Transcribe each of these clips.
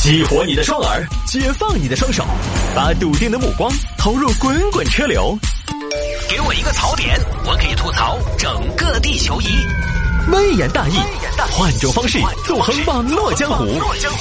激活你的双耳，解放你的双手，把笃定的目光投入滚滚车流。给我一个槽点，我可以吐槽整个地球仪。微言大义，换种方式纵横网络江湖。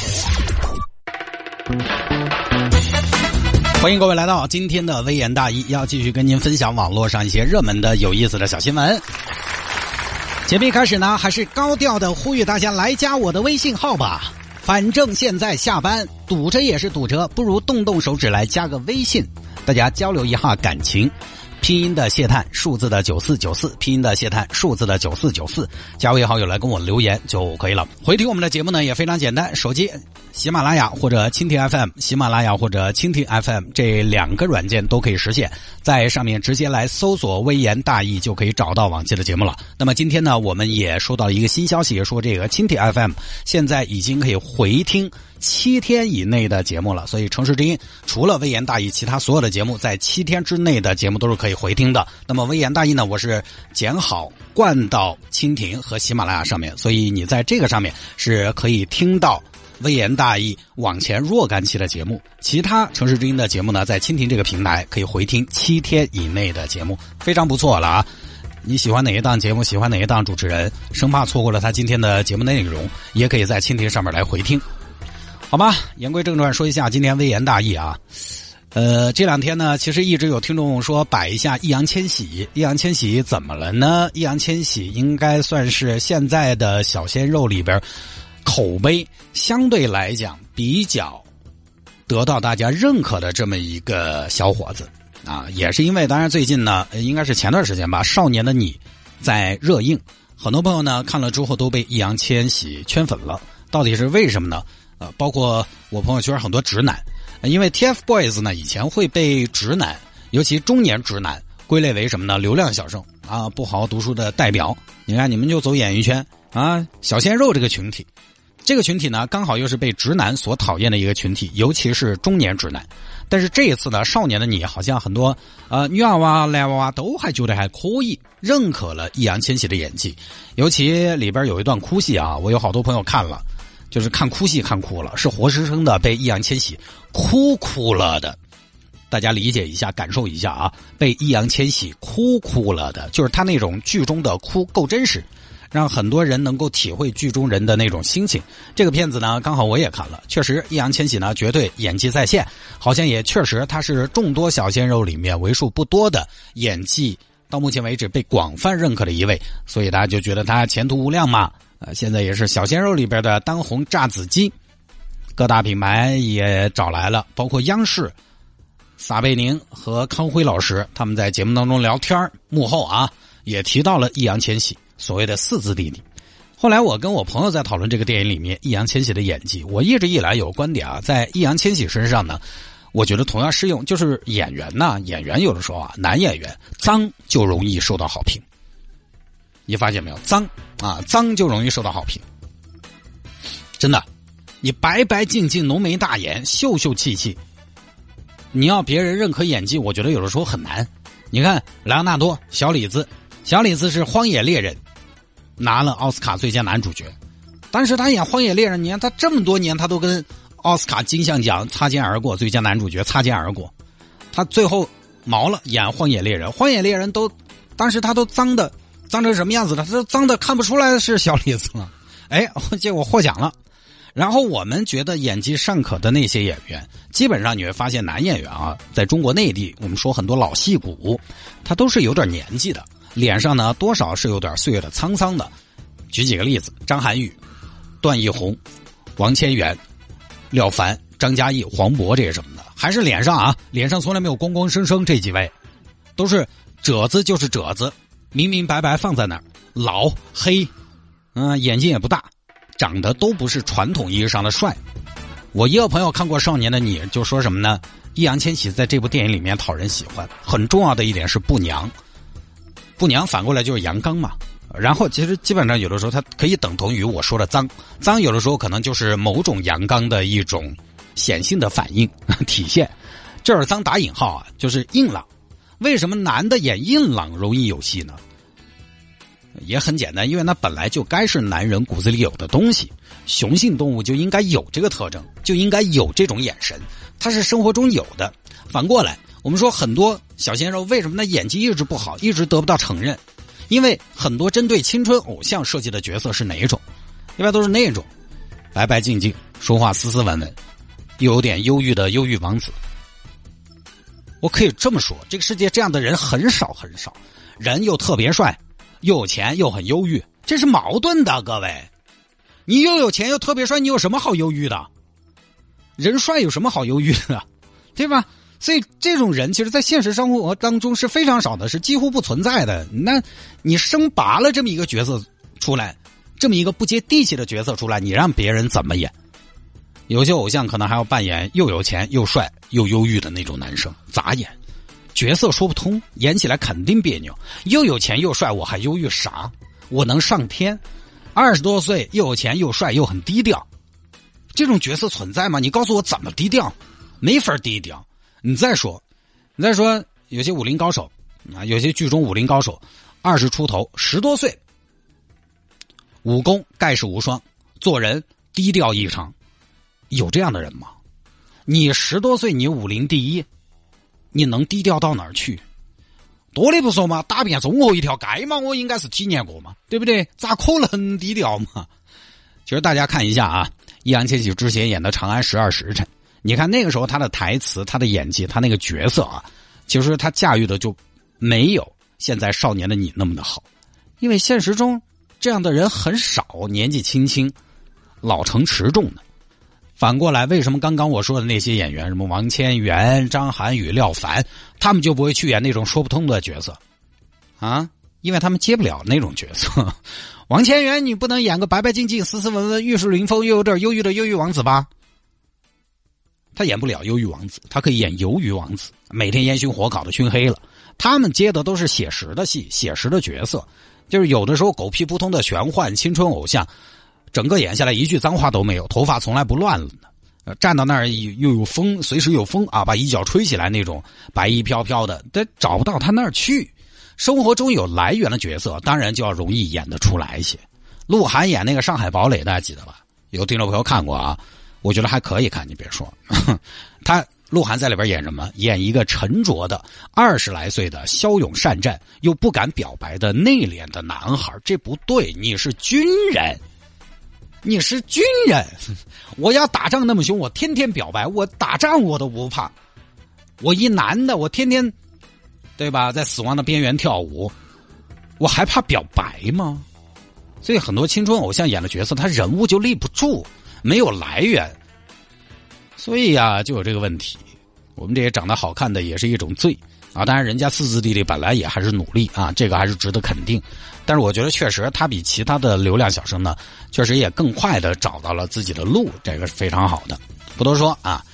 欢迎各位来到今天的微言大义，要继续跟您分享网络上一些热门的有意思的小新闻。节目一开始呢，还是高调的呼吁大家来加我的微信号吧。反正现在下班堵着也是堵着，不如动动手指来加个微信，大家交流一下感情。拼音的谢探，数字的9494，拼音的谢探，数字的9494，加为好友来跟我留言就可以了。回听我们的节目呢也非常简单，手机喜马拉雅或者蜻蜓 FM， 喜马拉雅或者蜻蜓 FM 这两个软件都可以实现，在上面直接来搜索微言大义就可以找到往期的节目了。那么今天呢，我们也收到一个新消息，说这个蜻蜓 FM 现在已经可以回听7天以内的节目了，所以城市之音除了微言大义，其他所有的节目在7天之内的节目都是可以回听的。那么微言大义呢，我是剪好灌到蜻蜓和喜马拉雅上面，所以你在这个上面是可以听到微言大义往前若干期的节目。其他城市之音的节目呢，在蜻蜓这个平台可以回听7天以内的节目，非常不错了啊！你喜欢哪一档节目，喜欢哪一档主持人，生怕错过了他今天的节目内容，也可以在蜻蜓上面来回听。好吧，言归正传，说一下今天微言大义啊。这两天呢，其实一直有听众说摆一下易烊千玺。易烊千玺怎么了呢？易烊千玺应该算是现在的小鲜肉里边口碑相对来讲比较得到大家认可的这么一个小伙子啊。也是因为当然最近呢，应该是前段时间吧，《少年的你》在热映，很多朋友呢看了之后都被易烊千玺圈粉了。到底是为什么呢？包括我朋友圈很多直男，因为 TFBOYS 呢以前会被直男，尤其中年直男归类为什么呢？流量小生啊，不好好读书的代表。你看你们就走演艺圈啊，小鲜肉这个群体，这个群体呢刚好又是被直男所讨厌的一个群体，尤其是中年直男。但是这一次呢，少年的你好像很多女娃娃男娃娃都还觉得还可以，认可了易烊千玺的演技。尤其里边有一段哭戏啊，我有好多朋友看了，就是看哭戏看哭了，是活生生的被易烊千玺哭了的。大家理解一下，感受一下啊，被易烊千玺哭了的，就是他那种剧中的哭够真实，让很多人能够体会剧中人的那种心情。这个片子呢，刚好我也看了，确实易烊千玺呢绝对演技在线，好像也确实他是众多小鲜肉里面为数不多的演技到目前为止被广泛认可的一位，所以大家就觉得他前途无量嘛。现在也是小鲜肉里边的当红炸子鸡，各大品牌也找来了，包括央视撒贝宁和康辉老师，他们在节目当中聊天，幕后啊也提到了易烊千玺所谓的4字弟弟。后来我跟我朋友在讨论这个电影里面易烊千玺的演技，我一直以来有观点啊，在易烊千玺身上呢，我觉得同样适用，就是演员有的时候啊，男演员脏就容易受到好评。你发现没有，脏就容易受到好评，真的。你白白净净浓眉大眼秀秀气气，你要别人认可演技，我觉得有的时候很难。你看莱昂纳多小李子是荒野猎人拿了奥斯卡最佳男主角，但是他演荒野猎人，你看他这么多年他都跟奥斯卡金像奖擦肩而过，最佳男主角擦肩而过，他最后毛了演荒野猎人都当时他都脏成什么样子了？他脏的看不出来是小李子了。结果获奖了。然后我们觉得演技尚可的那些演员，基本上你会发现男演员啊，在中国内地，我们说很多老戏骨，他都是有点年纪的，脸上呢多少是有点岁月的沧桑的。举几个例子，张涵予、段奕宏、王千源、廖凡、张嘉译、黄渤这些什么的，还是脸上从来没有光光生生，这几位都是褶子就是褶子，明明白白放在那儿，老黑，眼睛也不大，长得都不是传统意义上的帅。我一个朋友看过《少年的你》，就说什么呢？易烊千玺在这部电影里面讨人喜欢，很重要的一点是不娘反过来就是阳刚嘛。然后其实基本上有的时候它可以等同于我说的脏有的时候可能就是某种阳刚的一种显性的反应体现。这儿脏打引号啊，就是硬朗。为什么男的演硬朗容易有戏呢？ 也很简单，因为那本来就该是男人骨子里有的东西，雄性动物就应该有这个特征，就应该有这种眼神，它是生活中有的。反过来，我们说很多小鲜肉为什么那演技一直不好，一直得不到承认，因为很多针对青春偶像设计的角色是哪一种？一般都是那种白白净净，说话斯斯文文，又有点忧郁的忧郁王子。我可以这么说，这个世界这样的人很少很少，人又特别帅，又有钱又很忧郁，这是矛盾的。各位，你又有钱又特别帅，你有什么好忧郁的？人帅有什么好忧郁的，对吧？所以这种人其实在现实生活当中是非常少的，是几乎不存在的。那你生拔了这么一个角色出来，这么一个不接地气的角色出来，你让别人怎么演？有些偶像可能还要扮演又有钱又帅又忧郁的那种男生，咋演？角色说不通，演起来肯定别扭。又有钱又帅，我还忧郁啥？我能上天？20多岁又有钱又帅又很低调，这种角色存在吗？你告诉我怎么低调？没法低调。你再说有些武林高手啊，有些剧中武林高手20出头10多岁，武功盖世无双，做人低调异常，有这样的人吗？你10多岁你武林第一，你能低调到哪儿去？多的不说嘛，打遍中国一条街嘛，我应该是体验过嘛，对不对？咋可能低调嘛？其实大家看一下啊，易烊千玺之前演的《长安12时辰》，你看那个时候他的台词、他的演技、他那个角色啊，其实他驾驭的就没有现在少年的你那么的好，因为现实中这样的人很少，年纪轻轻老成持重的。反过来，为什么刚刚我说的那些演员，什么王千源、张涵予、廖凡，他们就不会去演那种说不通的角色啊？因为他们接不了那种角色。王千源，你不能演个白白净净、斯斯文文、玉树临风又有点忧郁的忧郁王子吧？他演不了忧郁王子，他可以演鱿鱼王子，每天烟熏火烤的熏黑了。他们接的都是写实的戏，写实的角色，就是有的时候狗屁不通的玄幻青春偶像，整个演下来一句脏话都没有，头发从来不乱了呢，站到那儿又有风，随时有风啊，把一脚吹起来那种白衣飘飘的，但找不到他那儿去。生活中有来源的角色，当然就要容易演得出来一些。鹿晗演那个上海堡垒，大家记得吧？有听众朋友看过啊？我觉得还可以看，你别说。鹿晗在里边演什么？演一个沉着的20来岁的骁勇善战又不敢表白的内敛的男孩，这不对，你是军人。你是军人，我要打仗那么凶，我天天表白，我打仗我都不怕。我一男的，我天天，对吧，在死亡的边缘跳舞，我还怕表白吗？所以很多青春偶像演的角色，他人物就立不住，没有来源。所以啊，就有这个问题。我们这些长得好看的也是一种罪啊！当然，人家四字弟弟本来也还是努力啊，这个还是值得肯定。但是我觉得确实他比其他的流量小生呢，确实也更快的找到了自己的路，这个是非常好的。不多说啊，